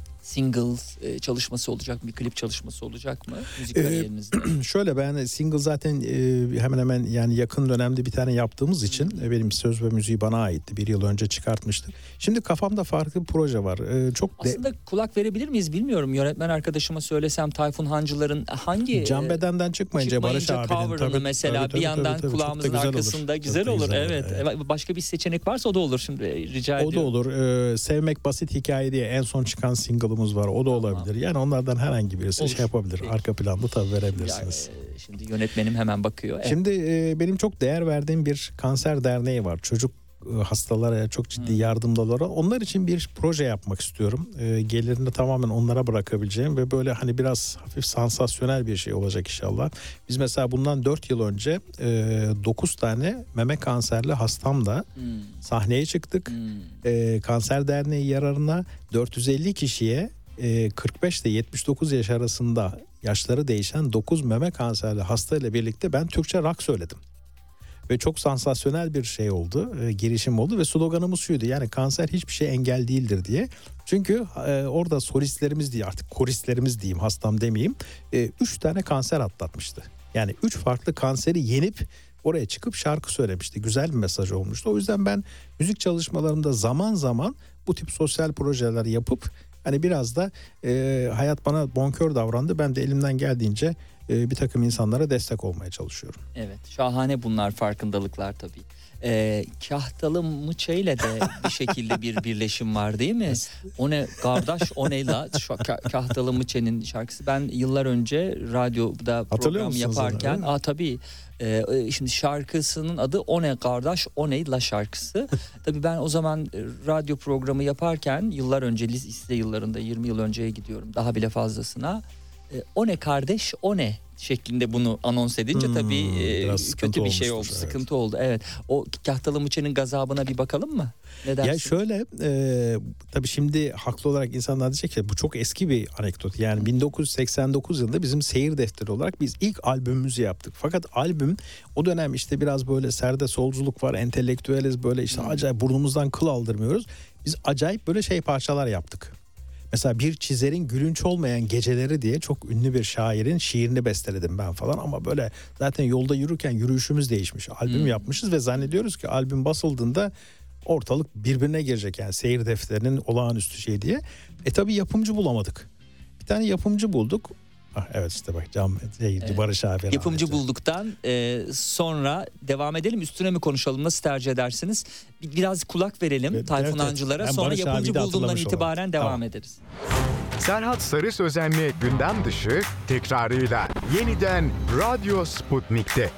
single çalışması olacak mı? Bir klip çalışması olacak mı? Müzik kariyerinizde. Şöyle, ben single zaten hemen hemen yani yakın dönemde bir tane yaptığımız için benim söz ve müziği bana aitti. 1 yıl önce çıkartmıştık. Şimdi kafamda farklı bir proje var. Aslında kulak verebilir miyiz bilmiyorum. Yönetmen arkadaşıma söylesem Tayfun Hancılar'ın hangi Can Beden'den çıkmayınca Barış abinin cover'ını mesela bir yandan tabii, kulağımızın çok da güzel arkasında olur. güzel Çok da olur. güzel Evet. Başka bir seçenek varsa o da olur şimdi, rica ediyorum. O da olur. Sevmek Basit Hikaye diye en son çıkan single'ımız var. O da olabilir. Yani onlardan herhangi birisi Olur. yapabilir. Peki. Arka planda tabii verebilirsiniz. Yani, şimdi yönetmenim hemen bakıyor. Evet. Şimdi benim çok değer verdiğim bir kanser derneği var. Çocuk hastalara çok ciddi yardımdalar. Onlar için bir proje yapmak istiyorum. Gelirini tamamen onlara bırakabileceğim ve böyle hani biraz hafif sansasyonel bir şey olacak inşallah. Biz mesela bundan 4 yıl önce 9 tane meme kanserli hastamla sahneye çıktık. Kanser Derneği yararına 450 kişiye 45 ile 79 yaş arasında yaşları değişen 9 meme kanserli hastayla birlikte ben Türkçe rock söyledim. Ve çok sansasyonel bir şey oldu, girişim oldu ve sloganımız şuydu: yani kanser hiçbir şey engel değildir diye. Çünkü orada solistlerimiz diye, artık koristlerimiz diyeyim, hastam demeyeyim, 3 tane kanser atlatmıştı. Yani 3 farklı kanseri yenip oraya çıkıp şarkı söylemişti. Güzel bir mesaj olmuştu. O yüzden ben müzik çalışmalarımda zaman zaman bu tip sosyal projeler yapıp hani biraz da hayat bana bonkör davrandı. Ben de elimden geldiğince bir takım insanlara destek olmaya çalışıyorum. Evet, şahane bunlar, farkındalıklar tabii. Kahtalı Mıça ile de bir şekilde bir birleşim var değil mi? O ne kardeş, o ne la? Kahtalı Mıça'nın şarkısı. Ben yıllar önce radyoda program yaparken tabii şimdi şarkısının adı O ne kardeş, o ne la şarkısı. Tabii ben o zaman radyo programı yaparken yıllar önce, lise yıllarında, 20 yıl önceye gidiyorum, daha bile fazlasına. O ne kardeş, o ne şeklinde bunu anons edince tabii kötü bir şey oldu, evet. Sıkıntı oldu. Evet. O Kahtalı Mıça'nın gazabına bir bakalım mı? Ne dersin? Ya şöyle tabii şimdi haklı olarak insanlar diyecek ki bu çok eski bir anekdot. Yani 1989 yılında bizim seyir defteri olarak biz ilk albümümüzü yaptık. Fakat albüm o dönem işte biraz böyle serde solculuk var, entelektüeliz, böyle işte acayip burnumuzdan kıl aldırmıyoruz. Biz acayip böyle parçalar yaptık. Mesela bir çizerin gülünç olmayan geceleri diye çok ünlü bir şairin şiirini besteledim ben falan, ama böyle zaten yolda yürürken yürüyüşümüz değişmiş. Albüm yapmışız ve zannediyoruz ki albüm basıldığında ortalık birbirine girecek, yani seyir defterinin olağanüstü şey diye. Tabii yapımcı bulamadık. Bir tane yapımcı bulduk. Evet işte bak Barış abi. Yapımcı bulduktan sonra devam edelim, üstüne mi konuşalım, nasıl tercih edersiniz? Biraz kulak verelim Tayfun Hancılar'a, evet. sonra Barış yapımcı bulduğundan itibaren devam ederiz. Serhat Sarı Sözen'le gündem dışı tekrarıyla yeniden Radyo Sputnik'te.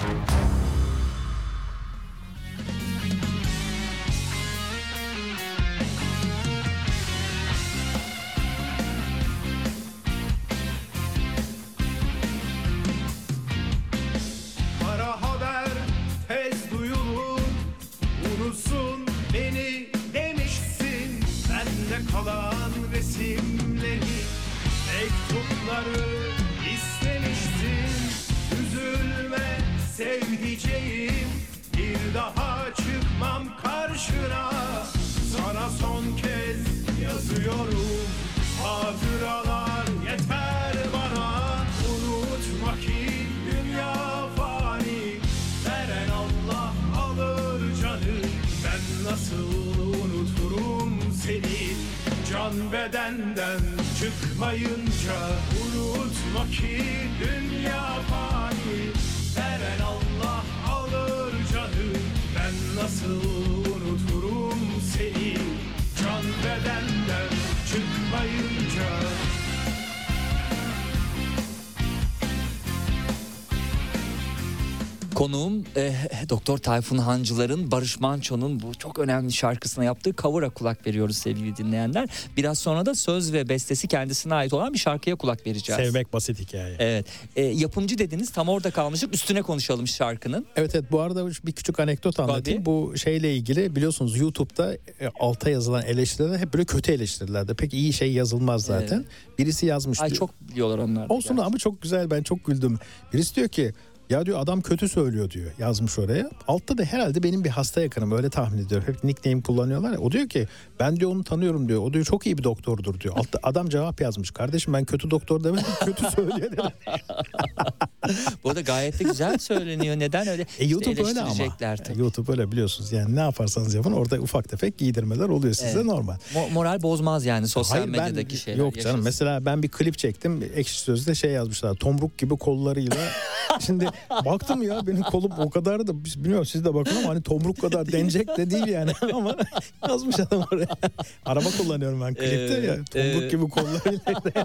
Sevdiceğim, bir daha çıkmam karşına. Sana son kez yazıyorum, hatıralar yeter bana. Unutma ki dünya fani, veren Allah alır canı. Ben nasıl unuturum seni, can bedenden çıkmayınca. Unutma ki dünya fani, veren Allah alır canı. Ben nasıl unuturum seni, can bedenden çıkmayınca. Konuğum Doktor Tayfun Hancılar'ın Barış Manço'nun bu çok önemli şarkısına yaptığı cover'a kulak veriyoruz sevgili dinleyenler. Biraz sonra da söz ve bestesi kendisine ait olan bir şarkıya kulak vereceğiz. Sevmek basit hikaye. Evet. Yapımcı dediniz, tam orada kalmıştık. Üstüne konuşalım şarkının. Evet, bu arada bir küçük anekdot anlatayım. Bu şeyle ilgili, biliyorsunuz YouTube'da alta yazılan eleştiriler hep böyle kötü eleştirilerde. Pek iyi şey yazılmaz zaten. Evet. Birisi yazmış. Ay çok biliyorlar onlar. Olsun ama çok güzel, ben çok güldüm. Birisi diyor ki ya diyor adam kötü söylüyor diyor, yazmış oraya. Altta da herhalde benim bir hasta yakınım, öyle tahmin ediyorum. Hep nickname kullanıyorlar ya. O diyor ki ben diyor onu tanıyorum diyor. O diyor çok iyi bir doktordur diyor. Altta adam cevap yazmış. Kardeşim ben kötü doktor demedim, kötü söylüyor dedim. Bu da gayet de güzel söyleniyor. Neden öyle? YouTube öyle ama. YouTube öyle, biliyorsunuz. Yani ne yaparsanız yapın orada ufak tefek giydirmeler oluyor size, normal. Moral bozmaz yani sosyal medyadaki şeyler. Yok canım, mesela ben bir klip çektim. Ekşi Sözlü'de yazmışlar. Tomruk gibi kollarıyla. Şimdi baktım ya benim kolum o kadar da, bilmiyorum siz de bakın ama hani tomruk kadar denecek de değil yani. Ama yazmış adam oraya. Araba kullanıyorum ben klipte ya. Tomruk gibi kollarıyla.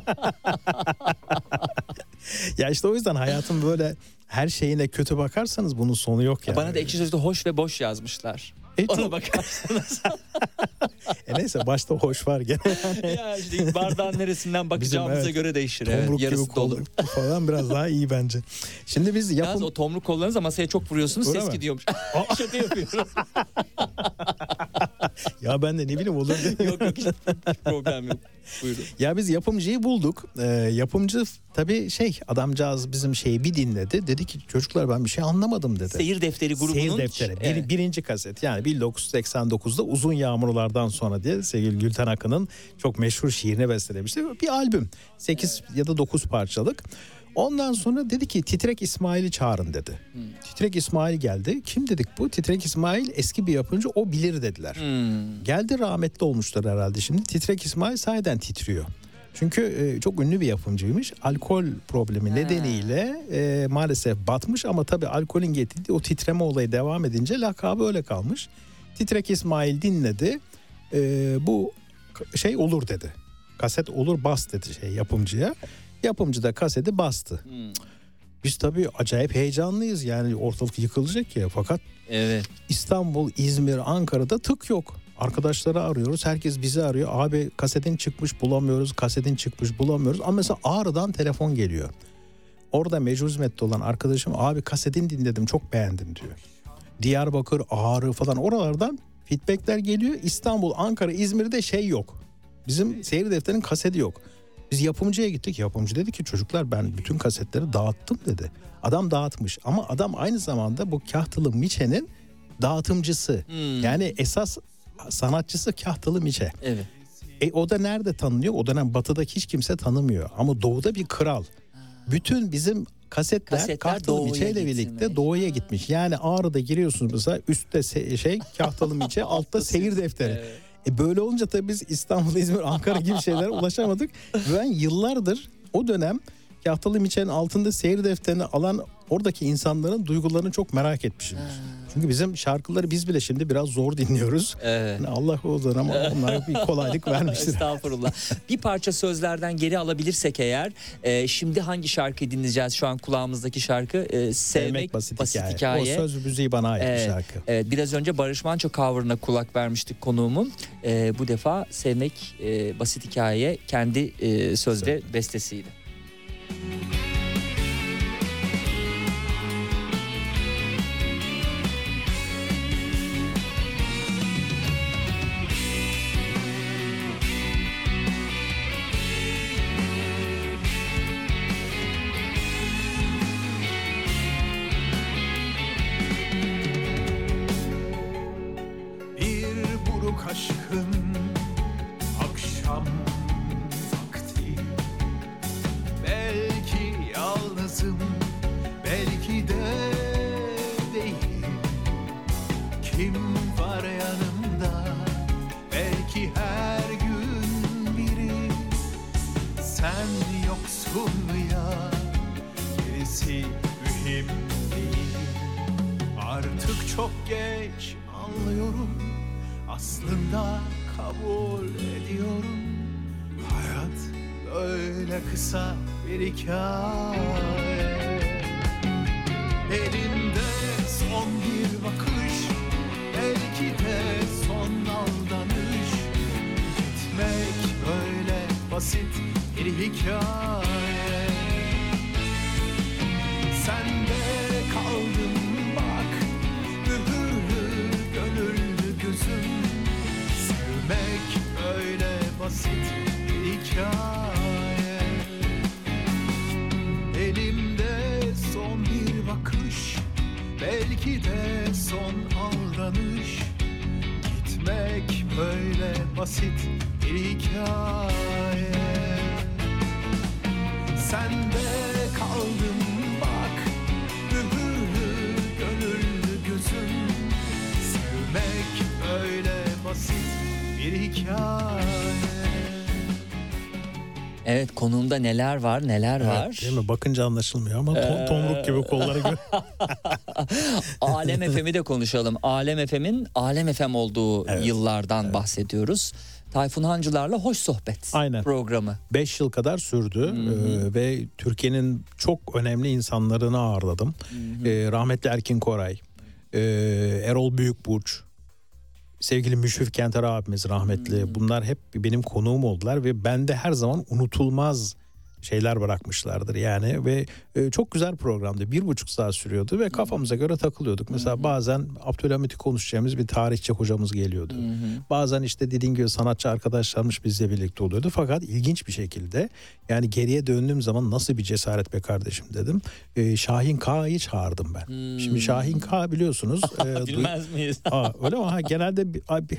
Ya işte o yüzden hayatım böyle, her şeyine kötü bakarsanız bunun sonu yok yani. Bana da Ekşi Sözlüğü hoş ve boş yazmışlar. Ona bakarsanız. Neyse başta hoş var gene. Ya işte bardağın neresinden bakacağımıza göre değişir. Tomruk yarısı gibi dolu falan biraz daha iyi bence. Şimdi biz Yalnız o tomruk kollarınızla masaya çok vuruyorsunuz, ses gidiyormuş. Şaka yapıyorum. Ya ben de ne bileyim olur. Yok hiç problem yok. Buyurun. Ya biz yapımcıyı bulduk. Yapımcı tabii adamcağız bizim şeyi bir dinledi. Dedi ki çocuklar ben bir şey anlamadım dedi. Seyir Defteri grubunun. Seyir Defteri. Birinci kaset. Yani 1989'da Uzun Yağmurlardan sonra diye sevgili Gülten Akın'ın çok meşhur şiirini bestelemişti. Bir albüm. 8 ya da 9 parçalık. Ondan sonra dedi ki Titrek İsmail'i çağırın dedi. Titrek İsmail geldi. Kim dedik bu? Titrek İsmail eski bir yapımcı, o bilir dediler. Geldi, rahmetli olmuşlar herhalde şimdi. Titrek İsmail sahiden titriyor. Çünkü çok ünlü bir yapımcıymış. Alkol problemi nedeniyle maalesef batmış ama tabii alkolün getirdiği o titreme olayı devam edince lakabı öyle kalmış. Titrek İsmail dinledi. Bu şey olur dedi. Kaset olur bas dedi yapımcıya. Yapımcı da kaseti bastı. Biz tabii acayip heyecanlıyız. Yani ortalık yıkılacak ya. Fakat İstanbul, İzmir, Ankara'da tık yok. Arkadaşları arıyoruz. Herkes bizi arıyor. Abi kasetin çıkmış bulamıyoruz. Kasetin çıkmış bulamıyoruz. Ama mesela Ağrı'dan telefon geliyor. Orada mecbur hizmette olan arkadaşım abi kasetin dinledim çok beğendim diyor. Diyarbakır, Ağrı falan oralardan feedbackler geliyor. İstanbul, Ankara, İzmir'de yok. Bizim seyir defterinin kaseti yok. Biz yapımcıya gittik. Yapımcı dedi ki çocuklar ben bütün kasetleri dağıttım dedi. Adam dağıtmış ama adam aynı zamanda bu Kahtılı Miçe'nin dağıtımcısı. Yani esas sanatçısı Kahtılı Miçe. Evet. O da nerede tanınıyor? O dönem batıdaki hiç kimse tanımıyor. Ama doğuda bir kral. Bütün bizim kasetler Kahtılı Miçe ile birlikte doğuya gitmiş. Yani Ağrı'da giriyorsunuz mesela üstte Kahtılı Miçe, altta seyir defteri. Evet. Böyle olunca tabii biz İstanbul, İzmir, Ankara gibi şeylere ulaşamadık. Ben yıllardır o dönem Kahtılı Miçe'nin altında seyir defterini alan oradaki insanların duygularını çok merak etmişim. Çünkü bizim şarkıları biz bile şimdi biraz zor dinliyoruz. Evet. Yani Allah o dönem onlara bir kolaylık vermiştir. Estağfurullah. Bir parça sözlerden geri alabilirsek eğer şimdi hangi şarkıyı dinleyeceğiz? Şu an kulağımızdaki şarkı Sevmek Basit Hikaye. O söz müziği bana ait bir şarkı. Evet, biraz önce Barış Manço cover'ına kulak vermiştik konuğumun. Bu defa Sevmek Basit Hikaye kendi söz ve bestesiydi. Aşkın akşam vakti, belki yalnızım, belki de değil. Kim var yanımda, belki her gün biri. Sen yoksun ya, gerisi mühim değil. Artık çok geç anlıyorum, aslında kabul ediyorum. Hayat böyle kısa bir hikaye. Elimde son bir bakış, belki de son aldanış. Gitmek böyle basit bir hikaye. Sende kaldım bak, mühürlü gönüllü gözüm. Sevmek öyle basit bir hikaye. Elimde son bir bakış, belki de son aldanış. Gitmek böyle basit bir hikaye. Sende kaldım bak, mühürlü gönüllü gözüm. Sevmek öyle basit bir hikaye. Evet, konuğumda neler var. Değil mi? Bakınca anlaşılmıyor ama tomruk gibi kolları gör. Alem FM'i de konuşalım. Alem FM'in Alem FM olduğu yıllardan bahsediyoruz. Tayfun Hancılar'la Hoş Sohbet programı. 5 yıl kadar sürdü ve Türkiye'nin çok önemli insanlarını ağırladım. Rahmetli Erkin Koray, Erol Büyükburç, sevgili Müşfik Kenter abimiz rahmetli. Bunlar hep benim konuğum oldular ve bende her zaman unutulmaz şeyler bırakmışlardır yani ve çok güzel programdı. 1,5 saat sürüyordu ve kafamıza göre takılıyorduk. Mesela bazen Abdülhamit'i konuşacağımız bir tarihçi hocamız geliyordu. Bazen işte dediğin gibi sanatçı arkadaşlarımız bizle birlikte oluyordu. Fakat ilginç bir şekilde yani geriye döndüğüm zaman nasıl bir cesaret be kardeşim dedim. Şahin K'yı çağırdım ben. Şimdi Şahin K biliyorsunuz. Bilmez miyiz? Öyle ama genelde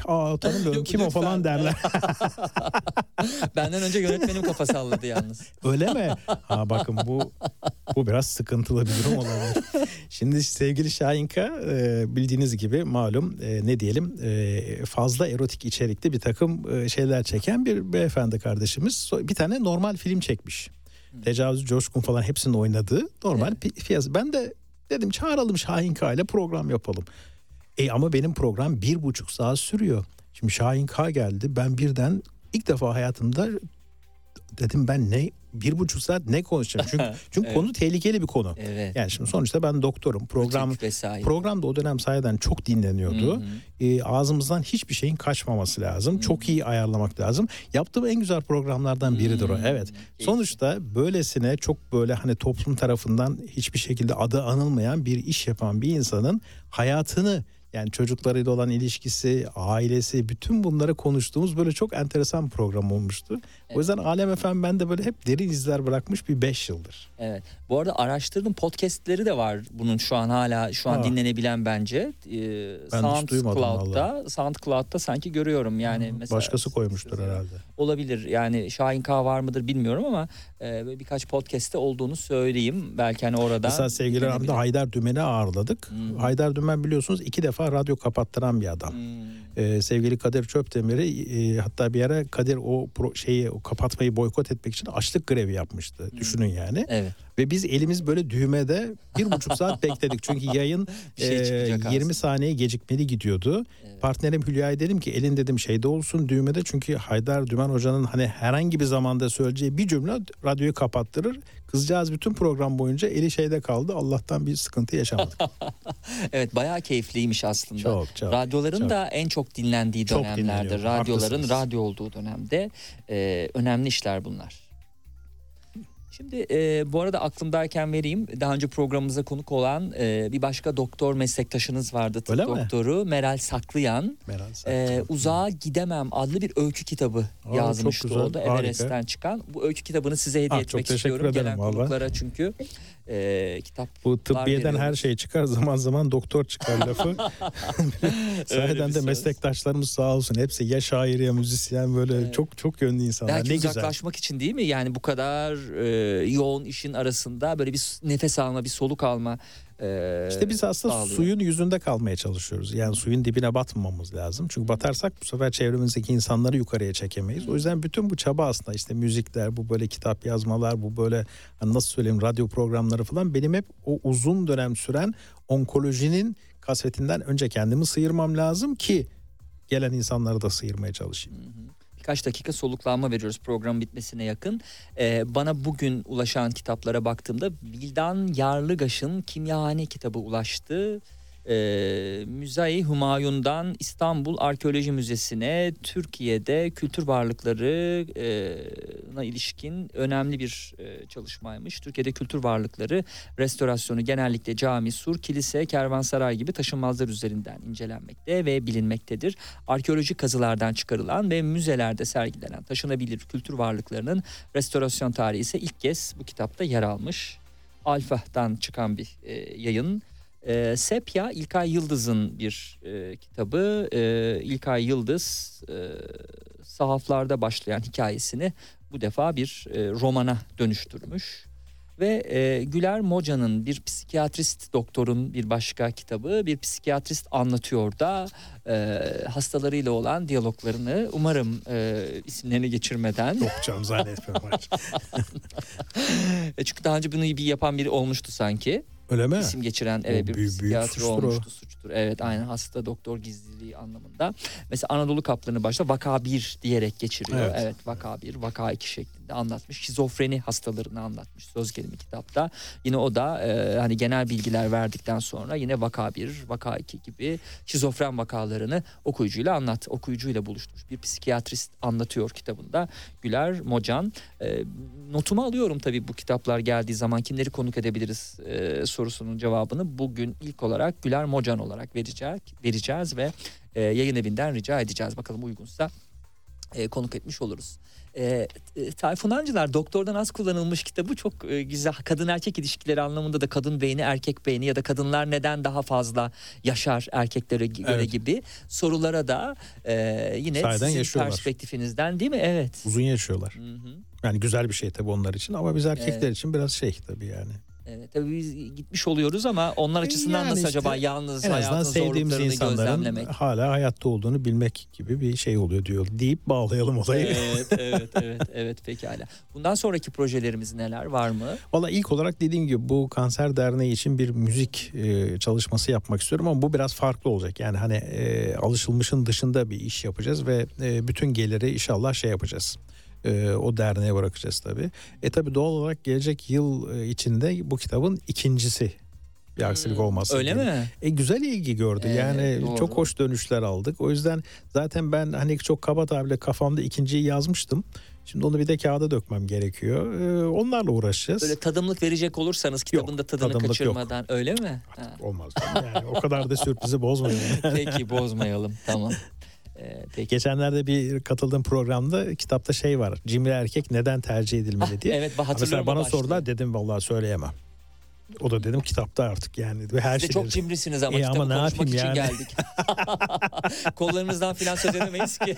tanımıyorum kim o falan derler. Benden önce yönetmenim kafa salladı yalnız. Öyle mi? Ha bakın bu biraz sıkıntılı bir durum olabilir. Şimdi sevgili Şahinka bildiğiniz gibi malum ne diyelim fazla erotik içerikli bir takım şeyler çeken bir beyefendi kardeşimiz. Bir tane normal film çekmiş. Tecavüz, Coşkun falan hepsinin oynadığı normal piyasa. Ben de dedim çağıralım Şahinka ile program yapalım. Ama benim program 1,5 saat sürüyor. Şimdi Şahinka geldi. Ben birden ilk defa hayatımda dedim ben 1,5 saat ne konuşacağım? Çünkü konu tehlikeli bir konu. Evet. Yani şimdi sonuçta ben doktorum. Program da o dönem sayeden çok dinleniyordu. Ağzımızdan hiçbir şeyin kaçmaması lazım. Çok iyi ayarlamak lazım. Yaptığım en güzel programlardan biridir o. Evet. Sonuçta böylesine çok böyle hani toplum tarafından hiçbir şekilde adı anılmayan bir iş yapan bir insanın hayatını, yani çocuklarıyla olan ilişkisi, ailesi, bütün bunları konuştuğumuz böyle çok enteresan bir program olmuştu. Evet. O yüzden Alem FM bende böyle hep derin izler bırakmış bir 5 yıldır. Evet. Bu arada araştırdım, podcastleri de var bunun şu an dinlenebilen bence. SoundCloud'da sanki görüyorum yani. Mesela başkası koymuştur herhalde. Olabilir yani Şahinka var mıdır bilmiyorum ama birkaç podcast'te olduğunu söyleyeyim. Belki hani oradan. Mesela sevgili Ram'da Haydar Dümen'i ağırladık. Haydar Dümen biliyorsunuz 2 defa radyo kapattıran bir adam. Sevgili Kadir Çöpdemir'i hatta bir ara Kadir o kapatmayı boykot etmek için açlık grevi yapmıştı. Düşünün yani. Evet. Ve biz elimiz böyle düğmede 1,5 saat bekledik. Çünkü yayın 20 saniye gecikmeli gidiyordu. Evet. Partnerim Hülya'ya dedim ki elin dedim şeyde olsun düğmede. Çünkü Haydar Dümen Hoca'nın hani herhangi bir zamanda söyleyeceği bir cümle radyoyu kapattırır. Kızcağız bütün program boyunca eli şeyde kaldı. Allah'tan bir sıkıntı yaşamadık. Evet, bayağı keyifliymiş aslında. Çok. Radyoların da en çok dinlendiği dönemlerde. Radyoların radyo olduğu dönemde önemli işler bunlar. Şimdi bu arada aklımdayken vereyim. Daha önce programımıza konuk olan bir başka doktor meslektaşınız vardı. Tıp doktoru Meral Saklıyan. Uzağa Gidemem adlı bir öykü kitabı yazmıştı o da. Everest'ten çıkan. Bu öykü kitabını size hediye etmek istiyorum. Gelen konuklara çünkü kitap. Bu tıbbiyeden her şey çıkar. Zaman zaman doktor çıkar lafı. Sahiden de meslektaşlarımız sağ olsun. Hepsi ya şair ya müzisyen böyle çok yönlü insanlar. Belki ne uzaklaşmak güzel. için değil mi? Yani bu kadar yoğun işin arasında böyle bir nefes alma, bir soluk alma. İşte biz aslında suyun yüzünde kalmaya çalışıyoruz. Yani suyun dibine batmamamız lazım. Çünkü batarsak bu sefer çevremizdeki insanları yukarıya çekemeyiz. O yüzden bütün bu çaba aslında işte müzikler, bu böyle kitap yazmalar, bu böyle hani nasıl söyleyeyim radyo programları falan benim hep o uzun dönem süren onkolojinin kasvetinden önce kendimi sıyırmam lazım ki gelen insanları da sıyırmaya çalışayım. Birkaç dakika soluklanma veriyoruz program bitmesine yakın. Bana bugün ulaşan kitaplara baktığımda Vildan Yarlıgaş'ın Kimyahane kitabı ulaştı. Müze-i Humayun'dan İstanbul Arkeoloji Müzesi'ne Türkiye'de kültür varlıklarına ilişkin önemli bir çalışmaymış. Türkiye'de kültür varlıkları restorasyonu genellikle cami, sur, kilise, kervansaray gibi taşınmazlar üzerinden incelenmekte ve bilinmektedir. Arkeolojik kazılardan çıkarılan ve müzelerde sergilenen taşınabilir kültür varlıklarının restorasyon tarihi ise ilk kez bu kitapta yer almış. Alfa'dan çıkan bir yayın. Sepya İlkay Yıldız'ın bir kitabı. İlkay Yıldız sahaflarda başlayan hikayesini bu defa bir romana dönüştürmüş. Ve Güler Moca'nın bir psikiyatrist doktorun bir başka kitabı, bir psikiyatrist anlatıyor da hastalarıyla olan diyaloglarını, umarım isimlerini geçirmeden. Yok canım zannetmiyorum. Çünkü daha önce bunu bir yapan biri olmuştu sanki. Öyle mi? İsim geçiren bir psikiyatr olmuştu. Suçtur. Evet, aynen, hasta doktor gizliliği anlamında. Mesela Anadolu Kaplanı başta vaka 1 diyerek geçiriyor. Evet, vaka 1, vaka 2 şeklinde anlatmış. Şizofreni hastalarını anlatmış söz gelimi kitapta. Yine o da hani genel bilgiler verdikten sonra yine vaka 1, vaka 2 gibi şizofren vakalarını okuyucuyla buluşturmuş. Bir psikiyatrist anlatıyor kitabında Güler Mocan. Notumu alıyorum tabii bu kitaplar geldiği zaman kimleri konuk edebiliriz sorusunun cevabını bugün ilk olarak Güler Mocan olarak vereceğiz ve yayın evinden rica edeceğiz. Bakalım uygunsa konuk etmiş oluruz. Tayfun Ancılar Doktordan Az Kullanılmış kitabı çok güzel. Kadın erkek ilişkileri anlamında da kadın beyni erkek beyni ya da kadınlar neden daha fazla yaşar erkeklere göre gibi sorulara da yine Sahiden sizin yaşıyorlar. Perspektifinizden değil mi? Evet. Uzun yaşıyorlar. Hı-hı. Yani güzel bir şey tabii onlar için ama biz erkekler için biraz tabii yani. Evet, tabii biz gitmiş oluyoruz ama onlar açısından Yani nasıl işte acaba yalnız en azından hayatın sevdiğimiz zorluklarını insanların gözlemlemek? hala hayatta olduğunu bilmek gibi bir şey oluyor diyor deyip bağlayalım olayı. Evet pekala. Bundan sonraki projelerimiz neler, var mı? Valla ilk olarak dediğim gibi bu Kanser Derneği için bir müzik çalışması yapmak istiyorum ama bu biraz farklı olacak. Yani hani alışılmışın dışında bir iş yapacağız ve bütün geliri inşallah yapacağız. O derneğe bırakacağız tabii. Tabii doğal olarak gelecek yıl içinde bu kitabın ikincisi bir aksilik olmazsa. Öyle mi? Güzel ilgi gördü. Yani doğru. çok hoş dönüşler aldık. O yüzden zaten ben hani çok kaba tabirle kafamda ikinciyi yazmıştım. Şimdi onu bir de kağıda dökmem gerekiyor. Onlarla uğraşacağız. Böyle tadımlık verecek olursanız kitabın da tadını tadımlık kaçırmadan yok. Öyle mi? Olmaz. Yani o kadar da sürprizi bozmayalım. Peki bozmayalım, tamam. Peki. Geçenlerde bir katıldığım programda kitapta var. Cimri erkek neden tercih edilmeli diye. Evet, hatırlıyorum. Mesela bana o başlığı. sordular, dedim vallahi söyleyemem. O da dedim kitapta artık yani. Ve her Siz de çok cimrisiniz ama ama kitabı ne konuşmak için yapayım yani? geldik. Kollarınızdan filan söz edemeyiz ki.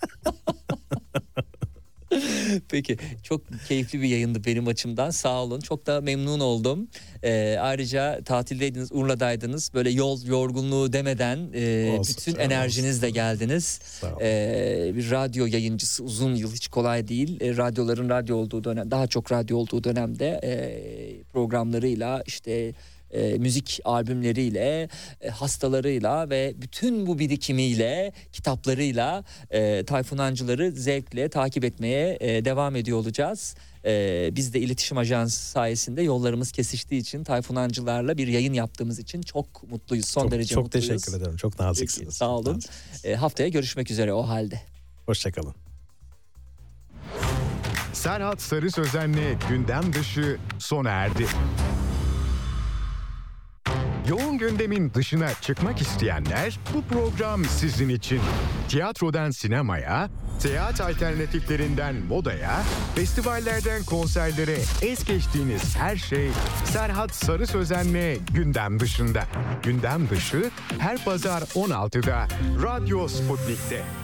Peki, çok keyifli bir yayındı benim açımdan, sağ olun, çok da memnun oldum. Ayrıca tatildeydiniz, Urla'daydınız, böyle yol yorgunluğu demeden bütün enerjinizle geldiniz. Bir radyo yayıncısı uzun yıl hiç kolay değil. Radyoların radyo olduğu dönem, daha çok radyo olduğu dönemde programlarıyla müzik albümleriyle, hastalarıyla ve bütün bu birikimiyle, kitaplarıyla Tayfun Ancılar'ı zevkle takip etmeye devam ediyor olacağız. Biz de iletişim ajansı sayesinde yollarımız kesiştiği için Tayfun Ancılar'la bir yayın yaptığımız için çok mutluyuz. Son derece çok mutluyuz. teşekkür ederim. Çok naziksiniz. Peki, sağ olun. Haftaya görüşmek üzere o halde. Hoşçakalın. Serhat Sarı Sözen'le gündem dışı sona erdi. Yoğun gündemin dışına çıkmak isteyenler bu program sizin için. Tiyatrodan sinemaya, seyahat alternatiflerinden modaya, festivallerden konserlere es geçtiğiniz her şey Serhat Sarı Sözen'le gündem dışında. Gündem dışı her pazar 16'da Radyo Sputnik'te.